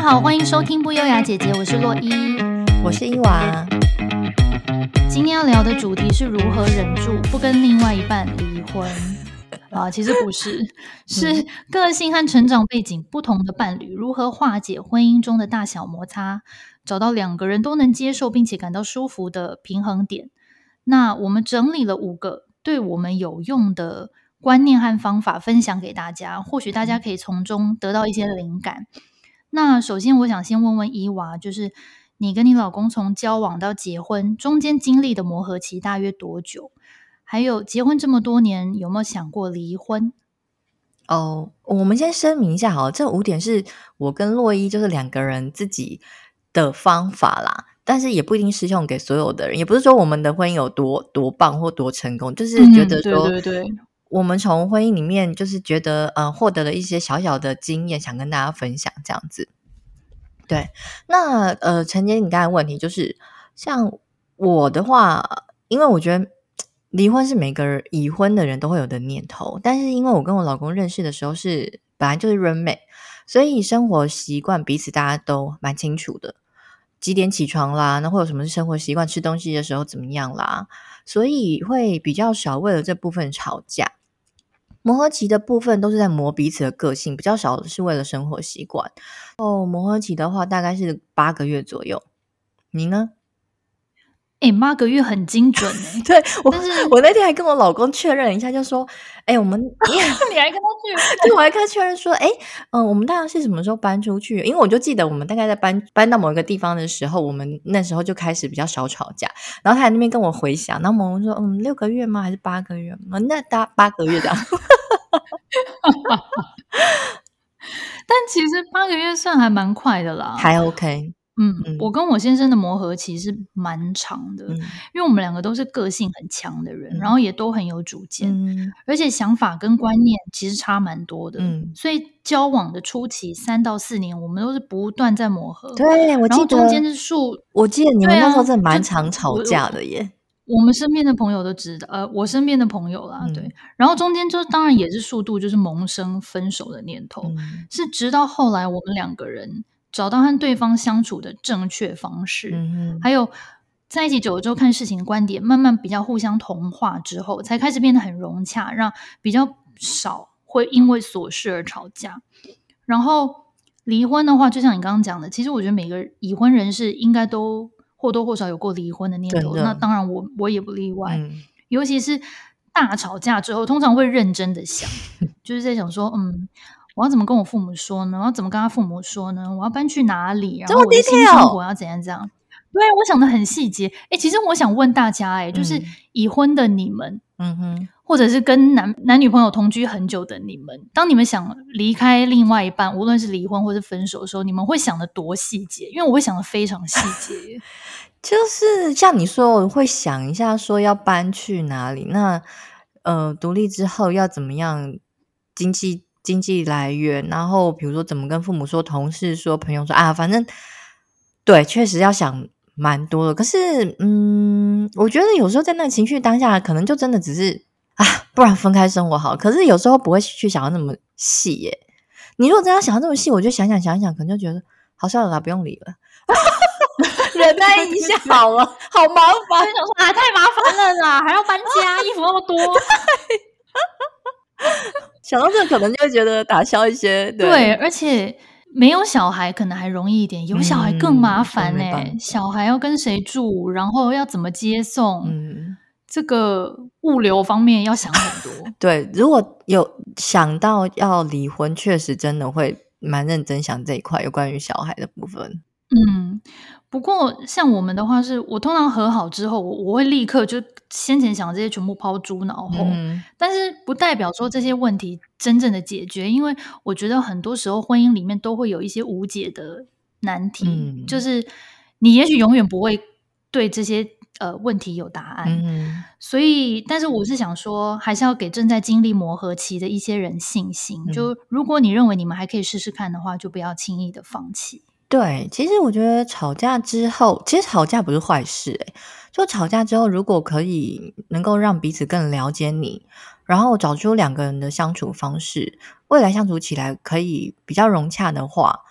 好，欢迎收听不优雅姐姐，我是洛伊， 我是伊娃。 今天要聊的主题是如何忍住不跟另外一半离婚其实不是，是个性和成长背景不同的伴侣如何化解婚姻中的大小摩擦，找到两个人都能接受并且感到舒服的平衡点。那我们整理了5个对我们有用的观念和方法分享给大家，或许大家可以从中得到一些灵感。那首先我想先问问伊娃，就是你跟你老公从交往到结婚中间经历的磨合期大约多久？还有结婚这么多年有没有想过离婚？ 我们先声明一下好了，这5点是我跟洛伊就是2个人自己的方法啦，但是也不一定适用给所有的人，也不是说我们的婚姻有多棒或多成功，就是觉得说对， 我们从婚姻里面就是觉得获得了一些小小的经验，想跟大家分享这样子。对，那承接你刚才的问题，就是像我的话，因为我觉得离婚是每个人已婚的人都会有的念头，但是因为我跟我老公认识的时候本来就是 roommate， 所以生活习惯彼此大家都蛮清楚的，几点起床啦，那会有什么生活习惯，吃东西的时候怎么样啦，所以会比较少为了这部分吵架。磨合期的部分都是在磨彼此的个性，比较少的是为了生活习惯。磨合期的话大概是8个月左右。你呢 ？8个月很精准对，我那天还跟我老公确认一下，就说我们你还跟他确认？ 对，我还跟他确认说我们大概是什么时候搬出去，因为我就记得我们大概在搬到某一个地方的时候，我们那时候就开始比较少吵架，然后他在那边跟我回想，然后我们说6个月吗？还是8个月吗？那大8个月这样但其实8个月算还蛮快的啦， 还 OK。 我跟我先生的磨合期是蛮长的，因为我们2个都是个性很强的人，然后也都很有主见，而且想法跟观念其实差蛮多的，所以交往的初期3到4年，我们都是不断在磨合。 对，我记得中间我记得你们那时候真的蛮常吵架的耶。 我们身边的朋友都知道，我身边的朋友啦，对。然后中间就当然也是速度就是萌生分手的念头，是直到后来我们2个人找到和对方相处的正确方式，还有在一起久了之后看事情的观点慢慢比较互相同化之后，才开始变得很融洽，让比较少会因为琐事而吵架。然后离婚的话，就像你刚刚讲的，其实我觉得每个已婚人士应该都或多或少有过离婚的念头，那当然我也不例外，尤其是大吵架之后，通常会认真的想，就是在想说我要怎么跟我父母说呢？我要怎么跟他父母说呢？我要搬去哪里？然后我的新生活要怎样？对，我想的很细节。其实我想问大家，就是已婚的你们，或者是跟男女朋友同居很久的你们，当你们想离开另外一半，无论是离婚或是分手的时候，你们会想的多细节？因为我会想的非常细节。 就是像你说，我会想一下说要搬去哪里，那独立之后要怎么样经济来源，然后比如说怎么跟父母说、同事说、朋友说反正对，确实要想蛮多的。可是我觉得有时候在那个情绪当下，可能就真的只是不然分开生活好。可是有时候不会去想到那么细耶。你如果真的要想到那么细，我就想想，可能就觉得好算了啦，不用理了。忍耐一下好了，好麻烦。 就想说太麻烦了啦，还要搬家，衣服那么多。 想到这可能就会觉得打消一些。 对，而且没有小孩可能还容易一点，有小孩更麻烦小孩要跟谁住，然后要怎么接送，这个物流方面要想很多。 对，如果有想到要离婚，确实真的会蛮认真想这一块有关于小孩的部分。 不过像我们的话是，我通常和好之后，我会立刻就先前想的这些全部抛诸脑后，但是不代表说这些问题真正的解决，因为我觉得很多时候婚姻里面都会有一些无解的难题，就是你也许永远不会对这些问题有答案，所以但是我是想说，还是要给正在经历磨合期的一些人信心，就如果你认为你们还可以试试看的话，就不要轻易的放弃。 对，其实我觉得吵架之后，其实吵架不是坏事就吵架之后，如果可以能够让彼此更了解你，然后找出2个人的相处方式，未来相处起来可以比较融洽的话，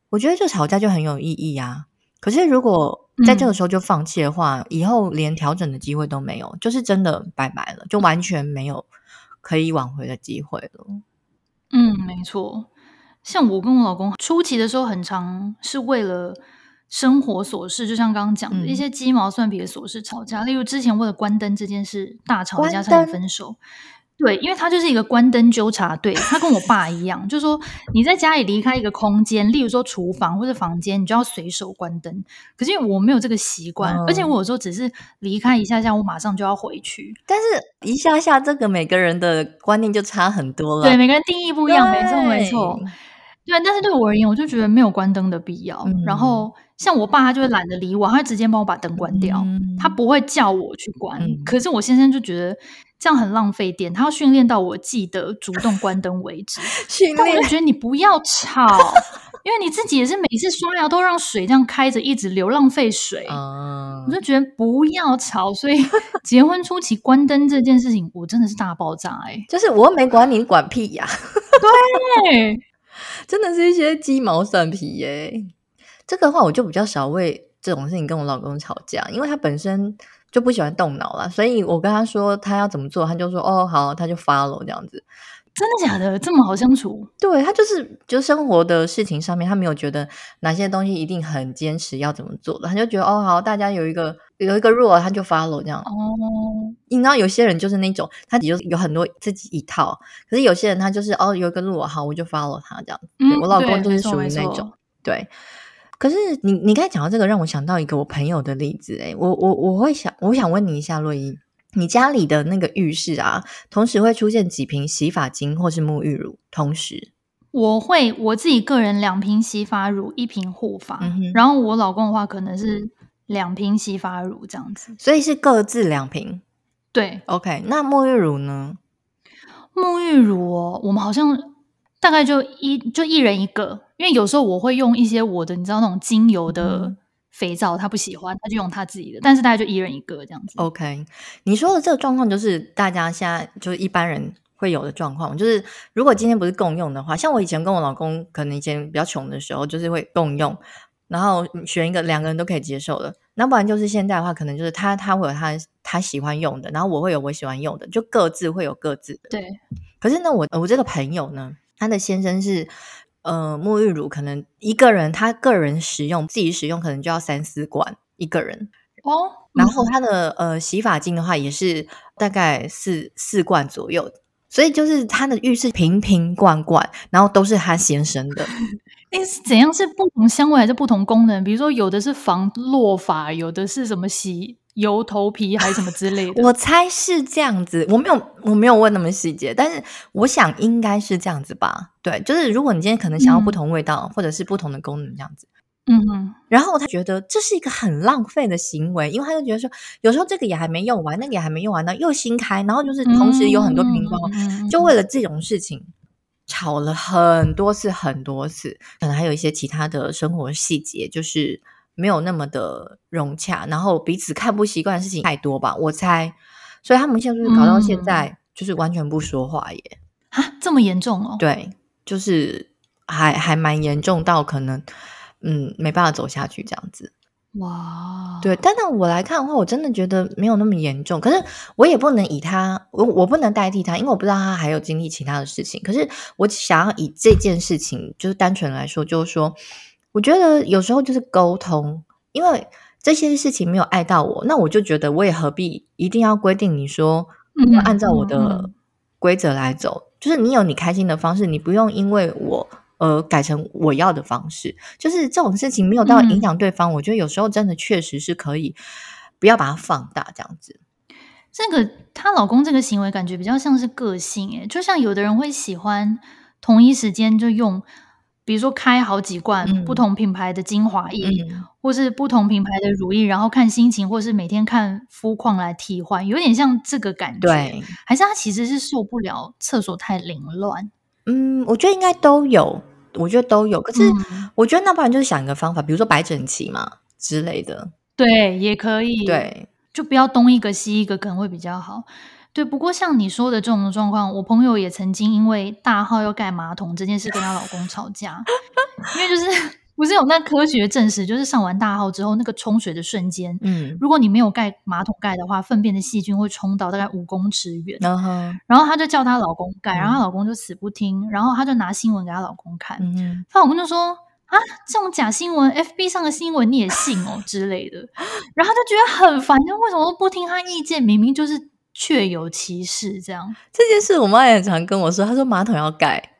我觉得这吵架就很有意义啊。可是如果在这个时候就放弃的话，以后连调整的机会都没有，就是真的拜拜了，就完全没有可以挽回的机会了。 没错。像我跟我老公初期的时候，很常是为了生活琐事，就像刚刚讲的一些鸡毛蒜皮的琐事吵架。例如之前为了关灯这件事大吵一架，差点分手。对，因为他就是一个关灯纠察队，他跟我爸一样，就是说你在家里离开一个空间，例如说厨房或者房间，你就要随手关灯。可是因为我没有这个习惯，而且我有时候只是离开一下下，我马上就要回去。 但是一下下这个每个人的观念就差很多了。 对，每个人定义不一样，没错没错。对，但是对我而言，我就觉得没有关灯的必要。然后像我爸，他就会懒得理我，他会直接帮我把灯关掉，他不会叫我去关。可是我先生就觉得这样很浪费电，他要训练到我记得主动关灯为止。但我就觉得你不要吵，因为你自己也是每次刷牙都让水这样开着一直流，浪费水。我就觉得不要吵，所以结婚初期关灯这件事情，我真的是大爆炸就是我又没管你管屁呀。 对。 真的是一些鸡毛蒜皮耶。这个话我就比较少为这种事情跟我老公吵架，因为他本身就不喜欢动脑啦，所以我跟他说他要怎么做，他就说哦好，他就 follow 这样子。 真的假的？这么好相处？ 对，他就生活的事情上面，他没有觉得哪些东西一定很坚持要怎么做的，他就觉得哦好，大家有一个 rule 他就 follow 这样。你知道有些人就是那种他就有很多自己一套，可是有些人他就是有一个 rule 好我就 follow 他这样。对，我老公就是属于那种。对，可是你刚才讲到这个，让我想到一个我朋友的例子。我想问你一下，洛伊，你家里的那个浴室啊，同时会出现几瓶洗发精或是沐浴乳？同时我自己个人2瓶洗发乳1瓶护发，然后我老公的话可能是2瓶洗发乳这样子， 所以是各自2瓶。 对 OK， 那沐浴乳呢？ 沐浴乳我们好像大概就一人一个，因为有时候我会用一些我的你知道那种精油的肥皂，他不喜欢，他就用他自己的，但是大概就一人一个这样子。 OK， 你说的这个状况就是大家现在就是一般人会有的状况，就是如果今天不是共用的话，像我以前跟我老公可能以前比较穷的时候，就是会共用，然后选一个2个人都可以接受的。那不然就是现在的话，可能就是他会有他喜欢用的，然后我会有我喜欢用的，就各自会有各自的。 对。 可是呢，我这个朋友呢，他的先生是沐浴乳可能一个人他个人使用自己使用可能就要3-4罐一个人然后他的洗发精的话也是大概4罐左右，所以就是他的浴室瓶瓶罐罐，然后都是他先生的。 是怎样？是不同香味还是不同功能？比如说有的是防落发，有的是什么洗油头皮还是什么之类的。 我猜是这样子，我没有问那么细节，但是我想应该是这样子吧。对，就是如果你今天可能想要不同味道，或者是不同的功能这样子。然后他觉得这是一个很浪费的行为，因为他就觉得说有时候这个也还没用完，那个也还没用完，又新开，然后就是同时有很多瓶装，就为了这种事情吵了很多次，可能还有一些其他的生活细节就是没有那么的融洽，然后彼此看不习惯的事情太多吧，我猜，所以他们现在就是搞到现在就是完全不说话耶。 这么严重哦？ 对，就是还蛮严重到可能没办法走下去这样子。 哇， 对，但是我来看的话，我真的觉得没有那么严重。可是我也不能以他，我不能代替他，因为我不知道他还有经历其他的事情。可是我想要以这件事情，就是单纯来说，就是说，我觉得有时候就是沟通，因为这些事情没有爱到我，那我就觉得我也何必一定要规定你说要按照我的规则来走，就是你有你开心的方式，你不用因为我改成我要的方式，就是这种事情没有到影响对方，我觉得有时候真的确实是可以不要把它放大这样子。 这个她老公这个行为感觉比较像是个性耶，就像有的人会喜欢同一时间就用比如说开好几罐不同品牌的精华液，或是不同品牌的乳液，然后看心情或是每天看肤况来替换，有点像这个感觉。 对， 还是他其实是受不了厕所太凌乱？ 我觉得应该都有，可是我觉得那不然就是想一个方法，比如说摆整齐嘛之类的。 对，也可以。 对， 就不要东一个西一个，可能会比较好。对，不过像你说的这种状况，我朋友也曾经因为大号要盖马桶这件事跟她老公吵架，因为就是不是有那科学证实，就是上完大号之后，那个冲水的瞬间，如果你没有盖马桶盖的话，粪便的细菌会冲到大概5公尺远。然后她就叫她老公盖，然后她老公就死不听，然后她就拿新闻给她老公看，她老公就说啊，这种假新闻 ，FB 上的新闻你也信哦之类的，然后她就觉得很烦，就为什么都不听她意见，明明就是确有其事这样。 这件事我妈也常跟我说，她说马桶要盖。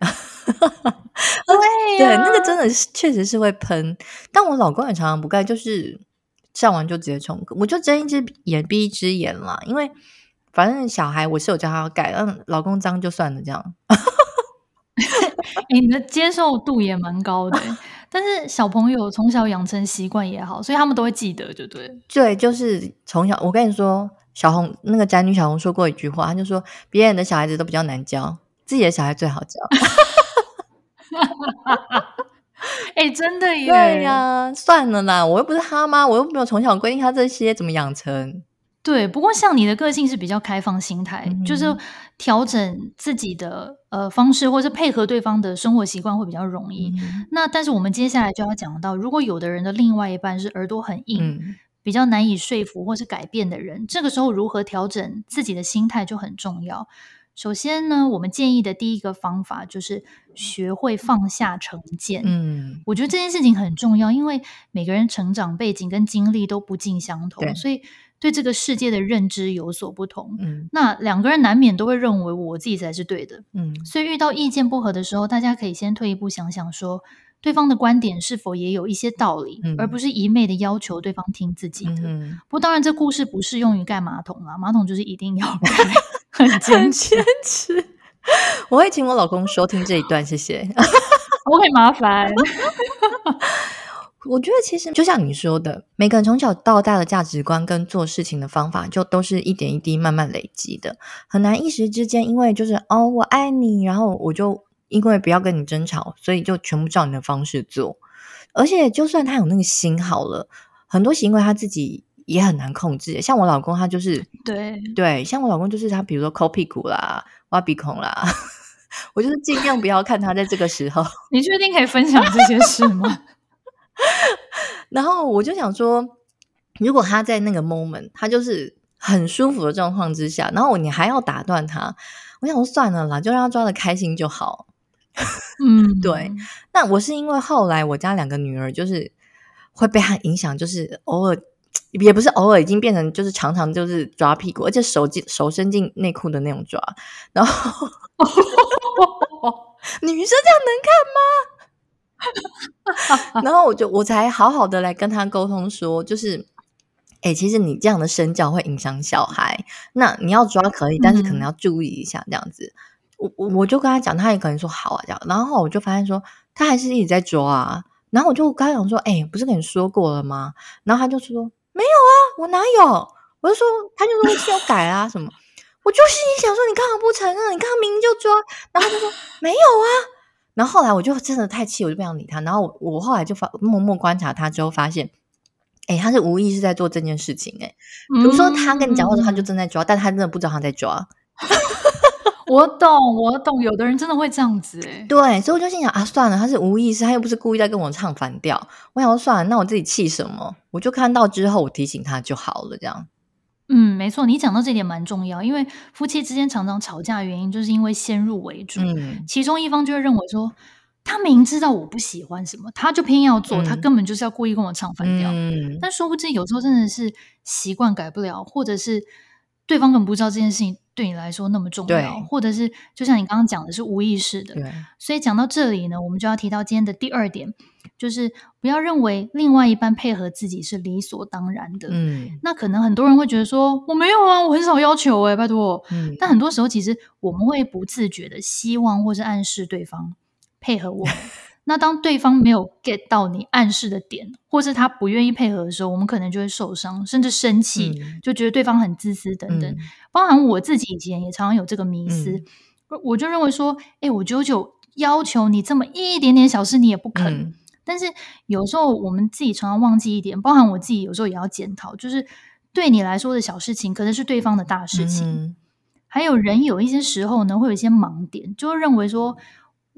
对对，那个真的是确实是会喷，但我老公也常常不盖，就是上完就直接冲，我就睁一只眼闭一只眼啦，因为反正小孩我是有叫他要盖，老公脏就算了这样。 你的接受度也蛮高的但是小朋友从小养成习惯也好，所以他们都会记得就对了。 对，就是从小我跟你说，那个宅女小红说过一句话，她就说别人的小孩子都比较难教，自己的小孩最好教。 真的耶。 对呀，算了啦，我又不是他妈，我又没有从小规定他这些怎么养成。 对，不过像你的个性是比较开放心态，就是调整自己的方式，或者配合对方的生活习惯会比较容易。那但是我们接下来就要讲到，如果有的人的另外一半是耳朵很硬，比较难以说服或是改变的人，这个时候如何调整自己的心态就很重要。首先呢，我们建议的第一个方法就是学会放下成见。我觉得这件事情很重要，因为每个人成长背景跟经历都不尽相同，所以对这个世界的认知有所不同。那两个人难免都会认为我自己才是对的。所以遇到意见不合的时候，大家可以先退一步想想说，对方的观点是否也有一些道理，而不是一昧的要求对方听自己的。不过当然这故事不适用于盖马桶啦，马桶就是一定要盖。很坚持， 我会请我老公收听这一段，谢谢。 我很麻烦。 我觉得其实就像你说的，每个人从小到大的价值观跟做事情的方法，就都是一点一滴慢慢累积的，很难一时之间因为就是我爱你，然后我就因为不要跟你争吵，所以就全部照你的方式做。而且就算他有那个心好了，很多行为他自己也很难控制。像我老公他就是对，像我老公就是他比如说抠屁股啦、挖鼻孔啦，我就是尽量不要看他在这个时候。 你确定可以分享这些事吗？ 然后我就想说，如果他在那个 moment 他就是很舒服的状况之下，然后你还要打断他，我想说算了啦，就让他抓得开心就好。对。那我是因为后来我家2个女儿就是会被他影响，就是偶尔也不是偶尔，已经变成就是常常就是抓屁股，而且手伸进内裤的那种抓，然后女生这样能看吗？然后我才好好的来跟他沟通说，就是其实你这样的身教会影响小孩，那你要抓可以，但是可能要注意一下这样子。我就跟他讲，他也可能说好啊这样，然后我就发现说他还是一直在抓啊，然后我就跟他讲说不是跟你说过了吗？然后他就说没有啊，我哪有？我就说他就说是要改啊什么，我就心里想说你干嘛不承认？你刚刚明明就抓，然后他就说没有啊。然后后来我就真的太气，我就不想理他。然后我后来就默默观察他之后发现，他是无意识在做这件事情。比如说他跟你讲话的时候他就正在抓，但他真的不知道他在抓。 我懂，有的人真的会这样子。 对，所以我就心想算了，他是无意识，他又不是故意在跟我唱反调。我想说算了，那我自己气什么？我就看到之后我提醒他就好了这样。 没错，你讲到这点蛮重要，因为夫妻之间常常吵架的原因就是因为先入为主，其中一方就会认为说他明知道我不喜欢什么，他就偏要做，他根本就是要故意跟我唱反调。但殊不知有时候真的是习惯改不了，或者是对方根本不知道这件事情对你来说那么重要，或者是就像你刚刚讲的是无意识的。所以讲到这里呢，我们就要提到今天的第2点，就是不要认为另外一半配合自己是理所当然的。那可能很多人会觉得说我没有啊，我很少要求拜托。但很多时候其实我们会不自觉的希望或是暗示对方配合我们。那当对方没有 get 到你暗示的点，或是他不愿意配合的时候，我们可能就会受伤，甚至生气，就觉得对方很自私等等。包含我自己以前也常常有这个迷思，我就认为说我久久要求你这么一点点小事你也不肯。但是有时候我们自己常常忘记一点，包含我自己有时候也要检讨，就是对你来说的小事情可能是对方的大事情。还有人有一些时候呢会有一些盲点，就会认为说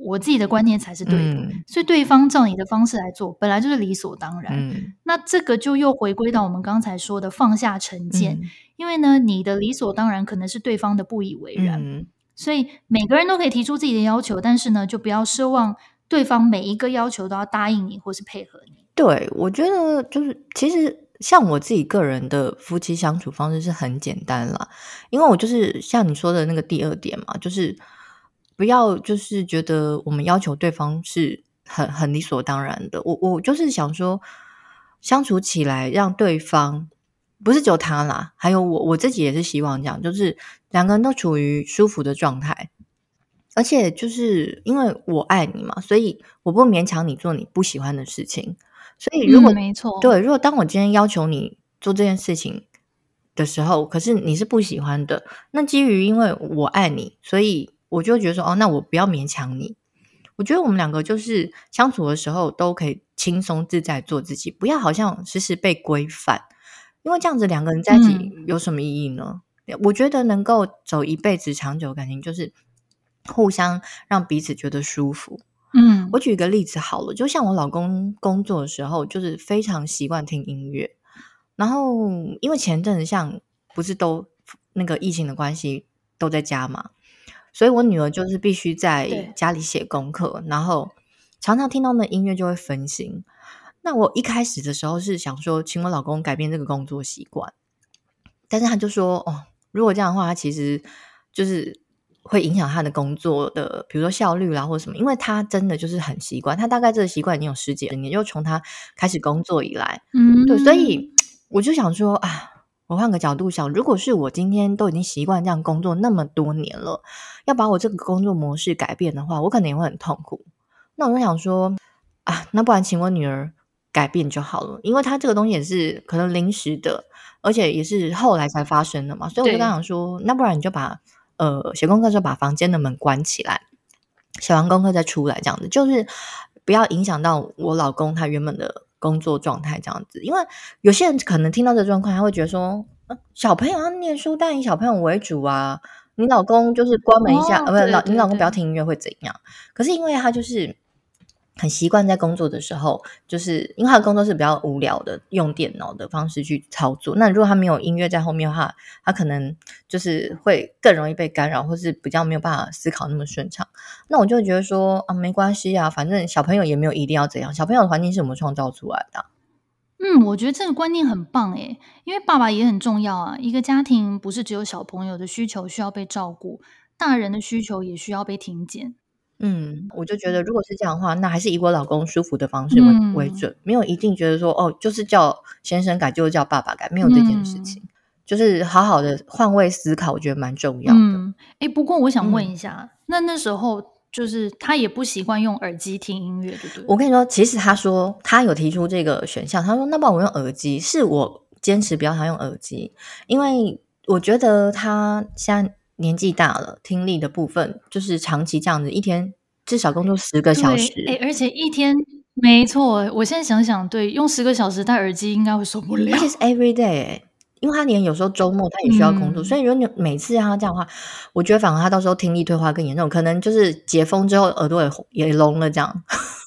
我自己的观念才是对的，所以对方照你的方式来做，本来就是理所当然。那这个就又回归到我们刚才说的放下成见，因为呢，你的理所当然可能是对方的不以为然，所以每个人都可以提出自己的要求，但是呢，就不要奢望对方每一个要求都要答应你或是配合你。 对，我觉得就是其实像我自己个人的夫妻相处方式是很简单啦，因为我就是像你说的那个第二点嘛，就是不要就是觉得我们要求对方是很理所当然的。我就是想说，相处起来让对方不是只有他啦，还有我自己也是希望这样，就是两个人都处于舒服的状态。而且就是因为我爱你嘛，所以我不勉强你做你不喜欢的事情。所以如果没错， 对，如果当我今天要求你做这件事情的时候，可是你是不喜欢的，那基于因为我爱你，所以我就觉得说，哦，那我不要勉强你。我觉得我们两个就是相处的时候都可以轻松自在做自己，不要好像时时被规范，因为这样子两个人在一起有什么意义呢？我觉得能够走一辈子长久感情，就是互相让彼此觉得舒服。我举一个例子好了，就像我老公工作的时候，就是非常习惯听音乐。然后因为前阵子像不是都那个疫情的关系都在家嘛，所以我女儿就是必须在家里写功课，然后常常听到那音乐就会分心。那我一开始的时候是想说请我老公改变这个工作习惯，但是他就说哦，如果这样的话他其实就是会影响他的工作的比如说效率啦或什么，因为他真的就是很习惯，他大概这个习惯已经有10几年，就从他开始工作以来。对，所以我就想说啊，我换个角度想，如果是我今天都已经习惯这样工作那么多年了，要把我这个工作模式改变的话，我可能也会很痛苦。那我就想说啊，那不然请我女儿改变就好了，因为她这个东西也是可能临时的，而且也是后来才发生的嘛，所以我就跟她讲说，那不然你就把写功课的时候把房间的门关起来，写完功课再出来，这样子就是不要影响到我老公他原本的工作状态这样子。因为有些人可能听到这个状况，他会觉得说小朋友要念书，但以小朋友为主啊，你老公就是关门一下，你老公不要听音乐会怎样？可是因为他就是很习惯在工作的时候，就是因为他的工作是比较无聊的，用电脑的方式去操作。那如果他没有音乐在后面的话，他可能就是会更容易被干扰，或是比较没有办法思考那么顺畅。那我就觉得说啊，没关系啊，反正小朋友也没有一定要怎样，小朋友的环境是我们创造出来的啊。 我觉得这个观念很棒诶，因为爸爸也很重要啊。一个家庭不是只有小朋友的需求需要被照顾，大人的需求也需要被听见。 我就觉得如果是这样的话，那还是以我老公舒服的方式为准，没有一定觉得说哦，就是叫先生改，就是叫爸爸改，没有这件事情。就是好好的换位思考，我觉得蛮重要的。 不过我想问一下，那时候就是他也不习惯用耳机听音乐，对不对？ 我跟你说，其实他说他有提出这个选项，他说那不然我用耳机，是我坚持不要他用耳机，因为我觉得他现在年纪大了，听力的部分就是长期这样子，一天至少工作10个小时。 对，而且一天没错，我现在想想，对，用10个小时戴耳机应该会受不了， 而且是 every day，因为他连有时候周末他也需要工作，所以如果你每次让他这样的话，我觉得反而他到时候听力退化更严重，可能就是解封之后耳朵也聋了这样。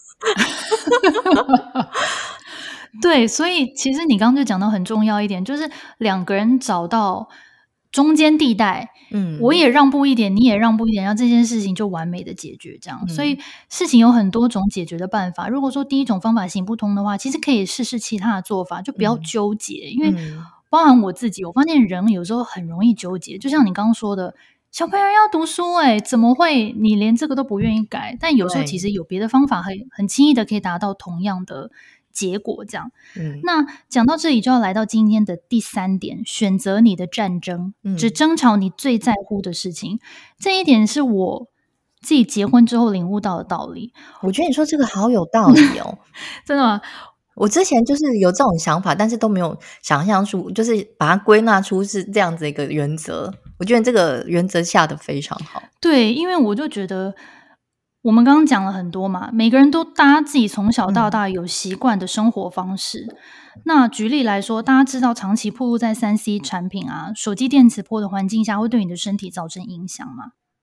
对，所以其实你刚刚就讲到很重要一点，就是两个人找到中间地带，我也让步一点，你也让步一点，让这件事情就完美的解决这样。所以事情有很多种解决的办法，如果说第一种方法行不通的话，其实可以试试其他的做法，就不要纠结。因为包含我自己，我发现人有时候很容易纠结，就像你刚刚说的，小朋友要读书怎么会你连这个都不愿意改？但有时候其实有别的方法很轻易的可以达到同样的结果这样。那讲到这里就要来到今天的第3点，选择你的战争，只争吵你最在乎的事情。这一点是我自己结婚之后领悟到的道理。 我觉得你说这个好有道理哦。 真的吗？ 我之前就是有这种想法，但是都没有想象出，就是把它归纳出是这样子一个原则。我觉得这个原则下得非常好。 对，因为我就觉得我们刚刚讲了很多嘛，每个人都大家自己从小到大有习惯的生活方式。那举例来说，大家知道长期暴露在3C 产品啊、手机电磁波的环境下会对你的身体造成影响吗？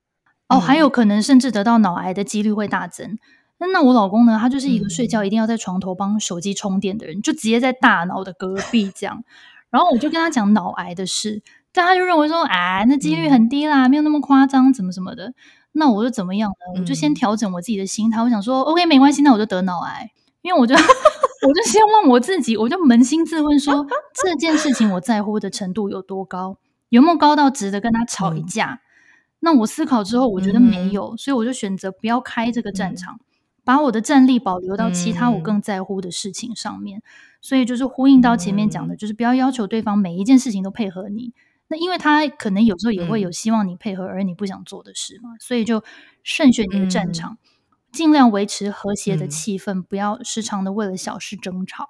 还有可能甚至得到脑癌的几率会大增。那我老公呢，他就是一个睡觉一定要在床头帮手机充电的人，就直接在大脑的隔壁这样。然后我就跟他讲脑癌的事，但他就认为说那几率很低啦，没有那么夸张怎么什么的。那我就怎么样呢？我就先调整我自己的心态，我想说 OK 没关系，那我就得脑癌。因为我就先问我自己，我就扪心自问说这件事情我在乎的程度有多高，有没有高到值得跟他吵一架。那我思考之后我觉得没有，所以我就选择不要开这个战场，把我的战力保留到其他我更在乎的事情上面。所以就是呼应到前面讲的，就是不要要求对方每一件事情都配合你。那因为他可能有时候也会有希望你配合而你不想做的事嘛，所以就慎选你的战场，尽量维持和谐的气氛，不要时常的为了小事争吵。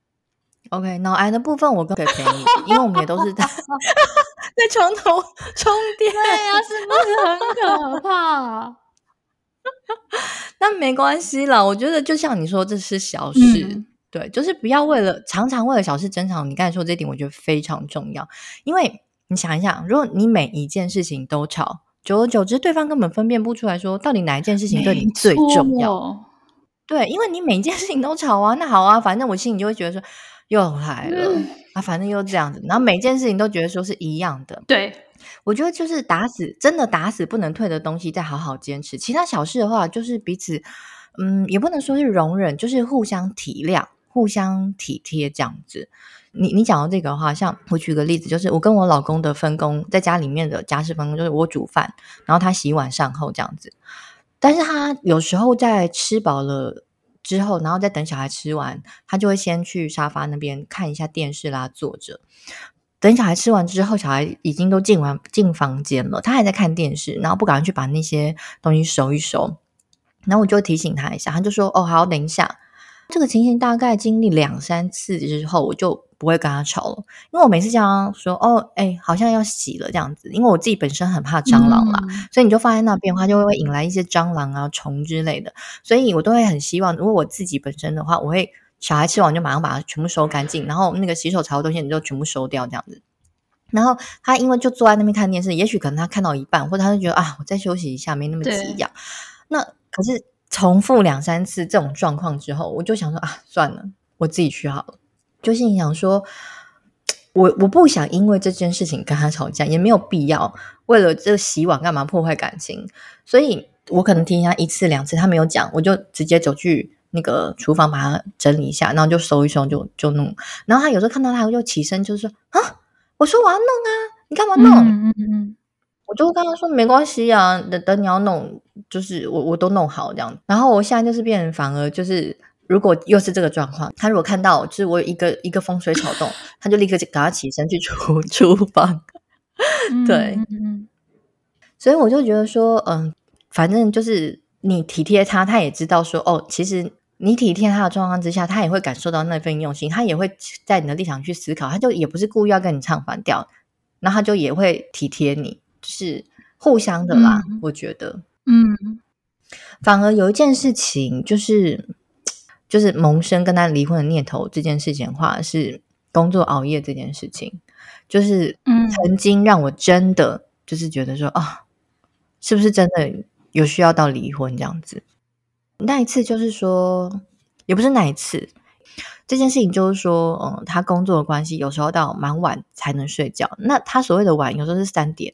OK， 脑癌的部分我更可以陪你，因为我们也都是在床头充电。 对呀，是不是很可怕？ 那没关系啦，我觉得就像你说，这是小事。对，就是不要常常为了小事争吵。你刚才说这点我觉得非常重要，因为你想一想，如果你每一件事情都吵，久而久之对方根本分辨不出来说到底哪一件事情对你最重要。对，因为你每一件事情都吵啊，那好啊，反正我心里就会觉得说又来了反正又这样子，然后每件事情都觉得说是一样的。 对， 我觉得就是真的打死不能退的东西再好好坚持，其他小事的话就是彼此也不能说是容忍，就是互相体谅互相体贴这样子。你讲到这个的话，像我举个例子，就是我跟我老公的分工，在家里面的家事分工就是我煮饭，然后他洗碗善后这样子。但是他有时候在吃饱了之后，然后再等小孩吃完，他就会先去沙发那边看一下电视啦，坐着。等小孩吃完之后，小孩已经都进房间了，他还在看电视，然后不赶快去把那些东西收一收。然后我就提醒他一下，他就说好，等一下。这个情形大概经历2-3次之后，我就不会跟他吵了，因为我每次这样说好像要洗了这样子，因为我自己本身很怕蟑螂啦，所以你就放在那边的话就会引来一些蟑螂啊虫之类的，所以我都会很希望，如果我自己本身的话，我会小孩吃完就马上把它全部收干净，然后那个洗手槽的东西你就全部收掉这样子。然后他因为就坐在那边看电视，也许可能他看到一半，或者他就觉得我再休息一下没那么急呀。那可是重复2-3次这种状况之后，我就想说算了，我自己去好了。就心里想说我不想因为这件事情跟他吵架，也没有必要为了这个洗碗干嘛破坏感情，所以我可能提醒他1次2次，他没有讲，我就直接走去那个厨房把它整理一下，然后就收一收就弄。然后他有时候看到他就起身就是说我说我要弄啊，你干嘛弄？我就跟他说没关系啊，等你要弄，就是我都弄好这样。然后我现在就是变成反而就是如果又是这个状况，他如果看到就是我有一个风吹草动，他就立刻赶快起身去厨房。对，所以我就觉得说反正就是你体贴他，他也知道说其实你体贴他的状况之下，他也会感受到那份用心，他也会在你的立场去思考，他就也不是故意要跟你唱反调，那他就也会体贴你，就是互相的啦。我觉得反而有一件事情就是萌生跟他离婚的念头这件事情的话，是工作熬夜这件事情，就是曾经让我真的就是觉得说是不是真的有需要到离婚这样子。那一次就是说也不是那一次，这件事情就是说他工作的关系有时候到蛮晚才能睡觉，那他所谓的晚有时候是3点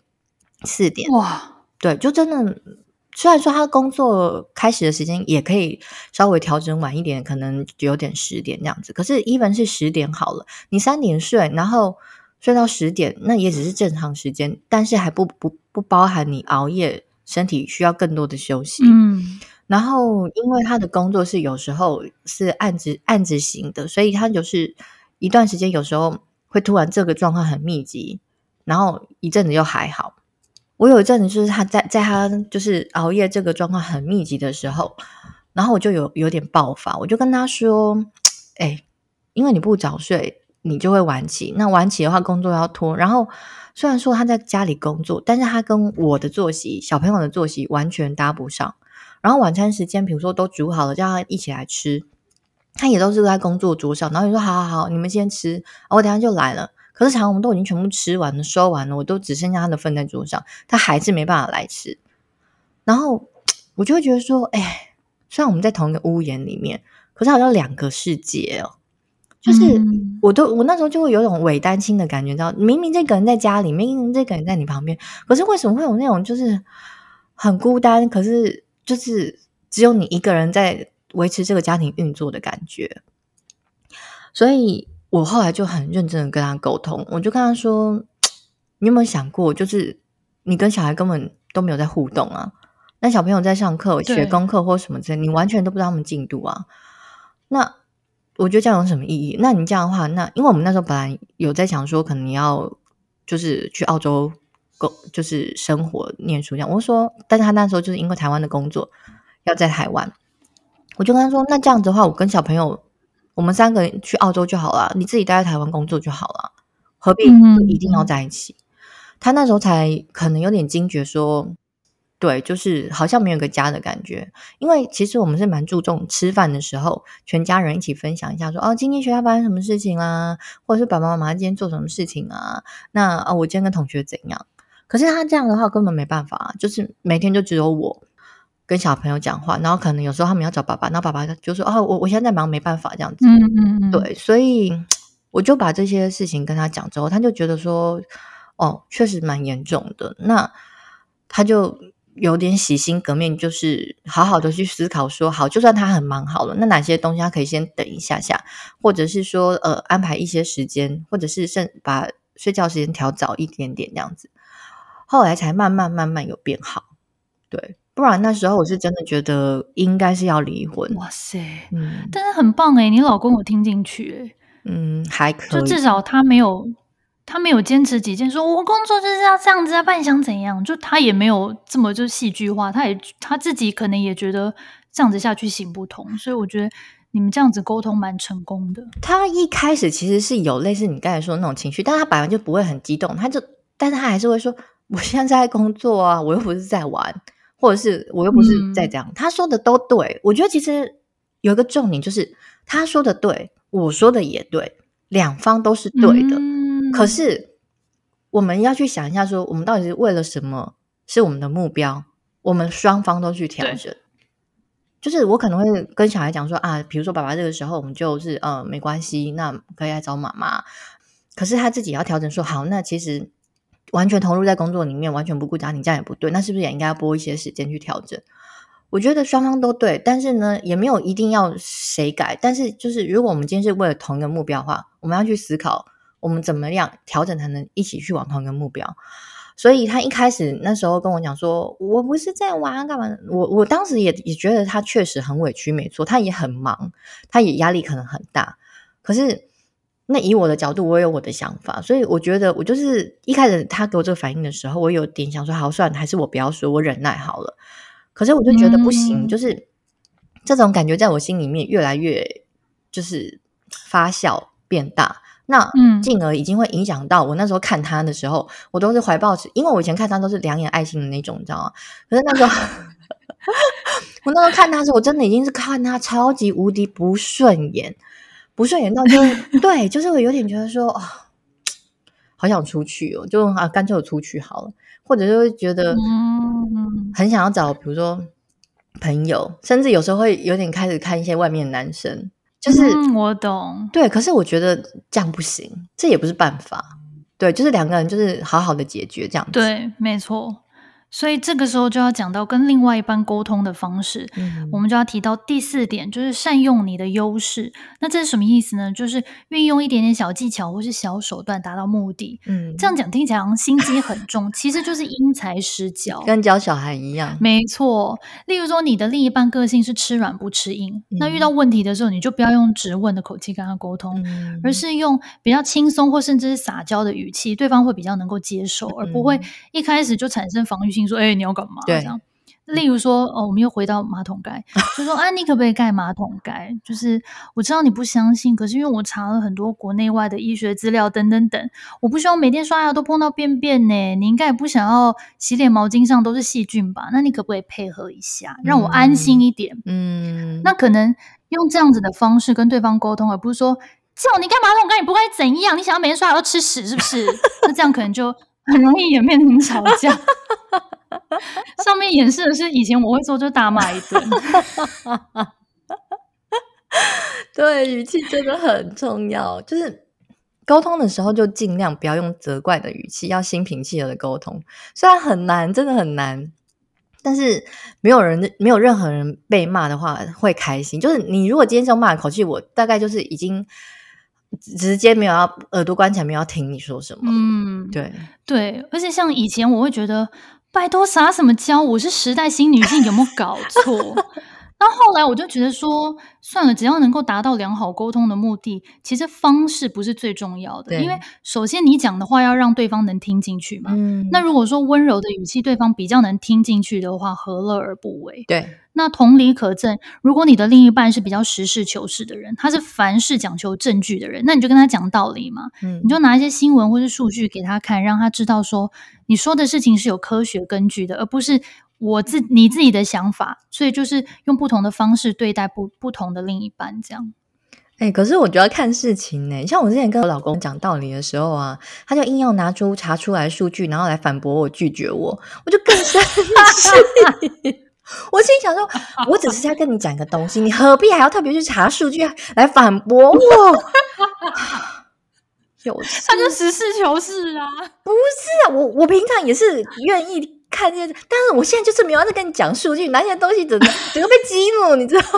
4点，哇，对，就真的虽然说他工作开始的时间也可以稍微调整晚一点，可能9点10点这样子，可是 even 是10点好了，你3点睡然后睡到10点，那也只是正常时间，但是还不包含你熬夜身体需要更多的休息。然后因为他的工作是有时候是案子型的，所以他就是一段时间有时候会突然这个状况很密集，然后一阵子又还好。我有一阵子就是他在他就是熬夜这个状况很密集的时候，然后我就有点爆发，我就跟他说因为你不早睡你就会晚起，那晚起的话工作要拖，然后虽然说他在家里工作，但是他跟我的作息小朋友的作息完全搭不上，然后晚餐时间比如说都煮好了叫他一起来吃，他也都是在工作桌上，然后你说好你们先吃我等一下就来了，可是常常我们都已经全部吃完了收完了，我都只剩下他的份在桌上，他还是没办法来吃。 然后我就会觉得说，虽然我们在同一个屋檐里面，可是好像两个世界哦。就是我那时候就会有种伪单亲的感觉，知道明明这个人在家里，明明这个人在你旁边，可是为什么会有那种就是很孤单，可是就是只有你一个人在维持这个家庭运作的感觉。所以我后来就很认真的跟他沟通，我就跟他说，你有没有想过，就是你跟小孩根本都没有在互动啊，那小朋友在上课学功课或什么之类，你完全都不知道他们进度啊，那我觉得这样有什么意义？那你这样的话，那因为我们那时候本来有在想说，可能你要就是去澳洲就是生活念书这样，我说，但是他那时候就是因为台湾的工作要在台湾，我就跟他说，那这样子的话，我跟小朋友我们3个人去澳洲就好了，你自己待在台湾工作就好了，何必一定要在一起？他那时候才可能有点惊觉说，对，就是好像没有个家的感觉。因为其实我们是蛮注重吃饭的时候全家人一起分享一下说，今天学校发生什么事情啦，或者是爸爸妈妈今天做什么事情啊，那我今天跟同学怎样。可是他这样的话根本没办法，就是每天就只有我跟小朋友讲话，然后可能有时候他们要找爸爸，然后爸爸就说我现在在忙没办法这样子。对，所以我就把这些事情跟他讲之后，他就觉得说确实蛮严重的，那他就有点洗心革面，就是好好的去思考说，好，就算他很忙好了，那哪些东西他可以先等一下下，或者是说安排一些时间，或者是把睡觉时间调早一点点这样子，后来才慢慢有变好。对，不然那时候我是真的觉得应该是要离婚。 哇塞，但是很棒你老公有听进去还可以， 就至少他没有坚持己见，说我工作就是要这样子啊，不然你想怎样？就他也没有这么就戏剧化，他自己可能也觉得这样子下去行不通，所以我觉得你们这样子沟通蛮成功的。 他一开始其实是有类似你刚才说的那种情绪，但他本来就不会很激动，但是他还是会说，我现在在工作啊，我又不是在玩，或者是我又不是在这样。他说的都对，我觉得其实有一个重点就是他说的对，我说的也对，两方都是对的。可是我们要去想一下说，我们到底是为了什么是我们的目标，我们双方都去调整。就是我可能会跟小孩讲说比如说爸爸这个时候我们就是没关系，那可以来找妈妈。可是他自己要调整说，好，那其实完全投入在工作里面，完全不顾家庭，这样也不对，那是不是也应该要拨一些时间去调整？我觉得双方都对，但是呢也没有一定要谁改，但是就是如果我们今天是为了同一个目标的话，我们要去思考我们怎么样调整才能一起去往同一个目标。所以他一开始那时候跟我讲说，我不是在玩干嘛，我当时也觉得他确实很委屈，没错，他也很忙，他也压力可能很大，可是那以我的角度我有我的想法，所以我觉得我就是一开始他给我这个反应的时候，我有点想说好算了，还是我不要说，我忍耐好了。可是我就觉得不行，就是这种感觉在我心里面越来越就是发酵变大，那进而已经会影响到我那时候看他的时候，我都是怀抱着，因为我以前看他都是两眼爱心的那种，你知道吗？可是那时候我那时候看他的时候，我真的已经是看他超级无敌不顺眼到就对，就是我有点觉得说好想出去哦，就干脆我出去好了，或者就会觉得很想要找比如说朋友，甚至有时候会有点开始看一些外面的男生，就是我懂， 对，可是我觉得这样不行，这也不是办法。对，就是两个人就是好好的解决这样子。 对，没错。所以这个时候就要讲到跟另外一半沟通的方式，我们就要提到第4点，就是善用你的优势。那这是什么意思呢？就是运用一点点小技巧或是小手段达到目的。这样讲听起来好像心机很重，其实就是因材施教， 跟教小孩一样。 没错，例如说你的另一半个性是吃软不吃硬，那遇到问题的时候，你就不要用质问的口气跟他沟通，而是用比较轻松或甚至是撒娇的语气，对方会比较能够接受，而不会一开始就产生防御性说你要干嘛这样。例如说我们又回到马桶盖，就说你可不可以盖马桶盖，就是我知道你不相信，可是因为我查了很多国内外的医学资料等等等，我不希望每天刷牙都碰到便便呢，你应该也不想要洗脸毛巾上都是细菌吧，那你可不可以配合一下，让我安心一点。那可能用这样子的方式跟对方沟通，而不是说叫你盖马桶盖你不该怎样，你想要每天刷牙都吃屎是不是？那这样可能就很容易演变成吵架。 上面演示的是以前我会做就大骂一顿。 对，语气真的很重要，就是沟通的时候就尽量不要用责怪的语气，要心平气和的沟通。虽然很难，真的很难，但是没有任何人被骂的话会开心。就是你如果今天是用骂的口气，我大概就是已经直接没有要耳朵关起来，没有要听你说什么。对， 而且像以前我会觉得拜托撒什么娇，我是时代新女性，有没有搞错？然后后来我就觉得说算了，只要能够达到良好沟通的目的，其实方式不是最重要的。因为首先你讲的话要让对方能听进去嘛。那如果说温柔的语气对方比较能听进去的话，何乐而不为？ 对， 那同理可证，如果你的另一半是比较实事求是的人，他是凡事讲求证据的人，那你就跟他讲道理嘛。你就拿一些新闻或是数据给他看，让他知道说你说的事情是有科学根据的，而不是你自己的想法。所以就是用不同的方式对待不同的另一半，这样。 可是我觉得要看事情呢。像我之前跟我老公讲道理的时候啊，他就硬要拿出查出来数据，然后来反驳我、拒绝我，我就更生气。我心想说，我只是在跟你讲一个东西，你何必还要特别去查数据来反驳我？ 他就实事求是啊。 不是啊，我平常也是愿意看这些，但是我现在就是没有在跟你讲数据，那些东西整个被激怒，你知道吗？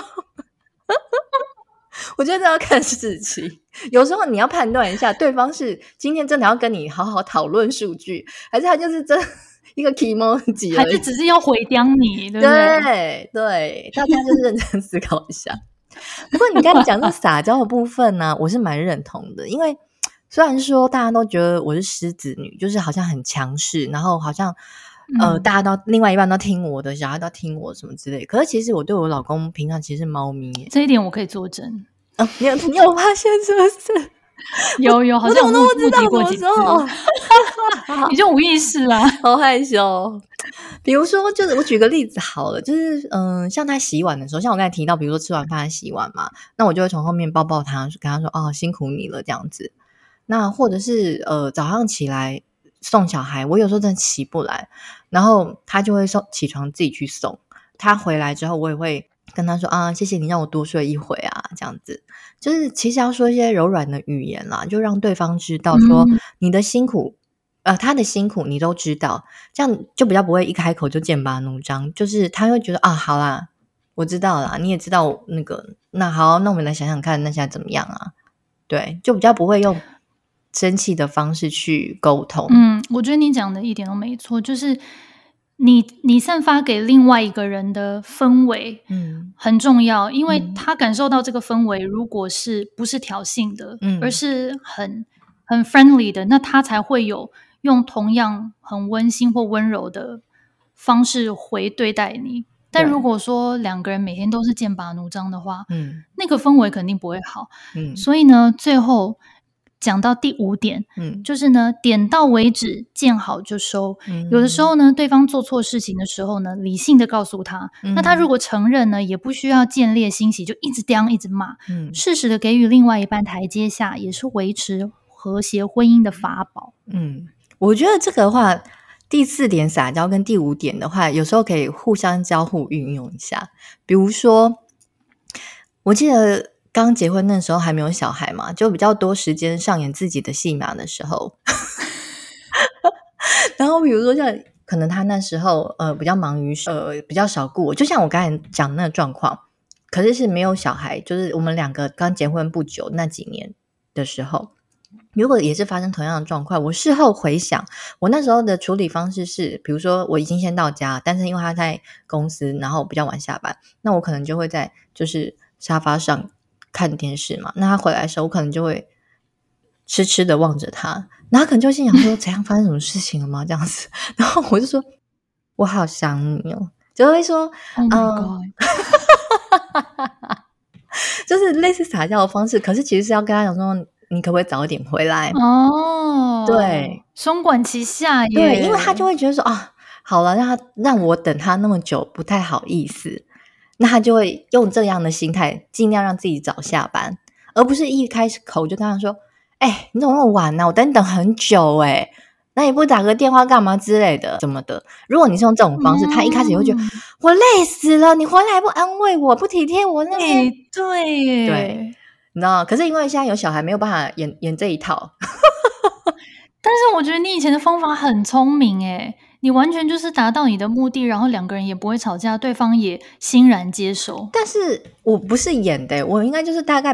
我觉得这要看事情，有时候你要判断一下，对方是今天真的要跟你好好讨论数据，还是他就是真一个 kimoji， 还是只是要回刁你，对不对？对，大家就是认真思考一下。不过你刚才讲这撒娇的部分呢，我是蛮认同的，因为虽然说大家都觉得我是狮子女，就是好像很强势，然后好像大家都另外一半都听我的，小孩都听我什么之类的，可是其实我对我老公平常其实是猫咪耶， 这一点我可以作证。 你有发现是不是？ 有，好像我目击过几次。你就无意识啦， 好害羞。比如说，就是我举个例子好了，就是像他洗碗的时候，像我刚才提到，比如说吃完饭洗碗嘛，那我就会从后面抱抱他，跟他说：“哦，辛苦你了。”这样子。那或者是早上起来送小孩，我有时候真的起不来，然后他就会起床自己去送。他回来之后，我也会跟他说啊，谢谢你让我多睡一会啊，这样子。就是其实要说一些柔软的语言啦，就让对方知道说你的辛苦，他的辛苦你都知道，这样就比较不会一开口就剑拔弩张，就是他会觉得啊，好啦，我知道啦，你也知道那个，那好，那我们来想想看，那现在怎么样啊？对，就比较不会用生气的方式去沟通。 我觉得你讲的一点都没错，就是你散发给另外一个人的氛围很重要，因为他感受到这个氛围如果是不是挑衅的，而是很 friendly 的，那他才会有用同样很温馨或温柔的方式回对待你。但如果说两个人每天都是剑拔弩张的话，那个氛围肯定不会好。所以呢，最后讲到第5点，就是呢，点到为止，见好就收。有的时候呢，对方做错事情的时候呢，理性的告诉他，那他如果承认呢，也不需要见猎心喜，就一直刁一直骂。适时的给予另外一半台阶下，也是维持和谐婚姻的法宝。 我觉得这个的话，第4点撒娇跟第5点的话，有时候可以互相交互运用一下。比如说，我记得刚结婚那时候还没有小孩嘛，就比较多时间上演自己的戏码的时候。然后比如说像可能他那时候比较忙于比较少顾我，就像我刚才讲的那个状况，可是没有小孩，就是我们2个刚结婚不久那几年的时候，如果也是发生同样的状况，我事后回想，我那时候的处理方式是，比如说我已经先到家，但是因为他在公司，然后比较晚下班，那我可能就会在就是沙发上看电视嘛，那他回来的时候，我可能就会痴痴的望着他，然后他可能就心想说怎样，发生什么事情了吗？这样子，然后我就说我好想你哦，就会说 Oh my God 就是类似撒娇的方式，可是其实是要跟他讲说你可不可以早一点回来？对， 双管齐下耶。 对，因为他就会觉得说啊，好了，让我等他那么久不太好意思，那他就会用这样的心态尽量让自己早下班，而不是一开口就跟他说你怎么那么晚呢？我等你等很久那你不打个电话干嘛之类的什么的。如果你是用这种方式，他一开始也会觉得我累死了，你回来不安慰我，不体贴我那边。 对耶， 对，你知道，可是因为现在有小孩，没有办法演这一套。 但是我觉得你以前的方法很聪明耶，你完全就是达到你的目的，然后两个人也不会吵架，对方也欣然接受。 但是我不是演的，我应该就是大概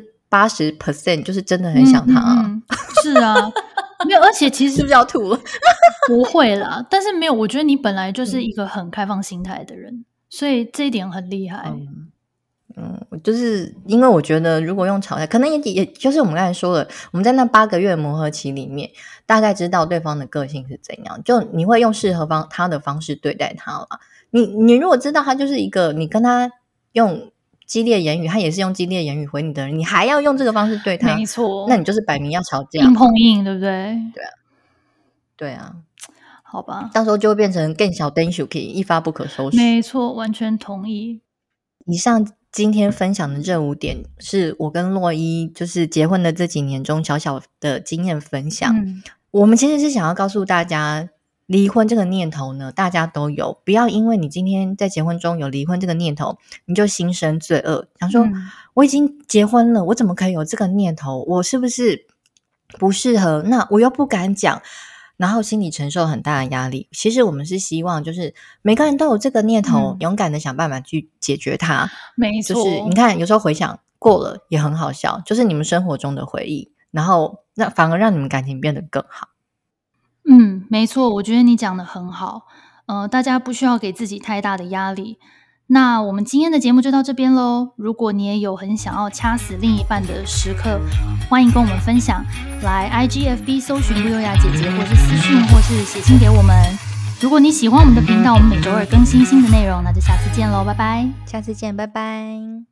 80%就是真的很想他。 是啊，没有，而且其实是不是要吐了？ 不会啦，但是没有，我觉得你本来就是一个很开放心态的人，所以这一点很厉害。 就是因为我觉得如果用吵架，可能也就是我们刚才说的，我们在那8个月磨合期里面，大概知道对方的个性是怎样，就你会用适合他的方式对待他啦。你如果知道他就是一个你跟他用激烈言语，他也是用激烈言语回你的人，你还要用这个方式对他， 没错， 那你就是摆明要吵架， 硬碰硬，对不对？ 对啊， 好吧， 到时候就会变成更小灯手 key， 一发不可收拾。 没错，完全同意。 以上今天分享的这5点是我跟洛伊就是结婚的这几年中小小的经验分享。我们其实是想要告诉大家，离婚这个念头呢，大家都有，不要因为你今天在结婚中有离婚这个念头，你就心生罪恶，想说我已经结婚了，我怎么可以有这个念头？我是不是不适合？那我又不敢讲。然后心里承受很大的压力。其实我们是希望就是每个人都有这个念头，勇敢的想办法去解决它。 没错， 就是你看有时候回想过了也很好笑，就是你们生活中的回忆，然后反而让你们感情变得更好。 没错，我觉得你讲得很好。大家不需要给自己太大的压力。那我们今天的节目就到这边咯。如果你也有很想要掐死另一半的时刻，欢迎跟我们分享，来 IGFB 搜寻陆优雅姐姐，或是私讯或是写信给我们。如果你喜欢我们的频道，我们每周2更新新的内容，那就下次见咯，拜拜。 下次见，拜拜。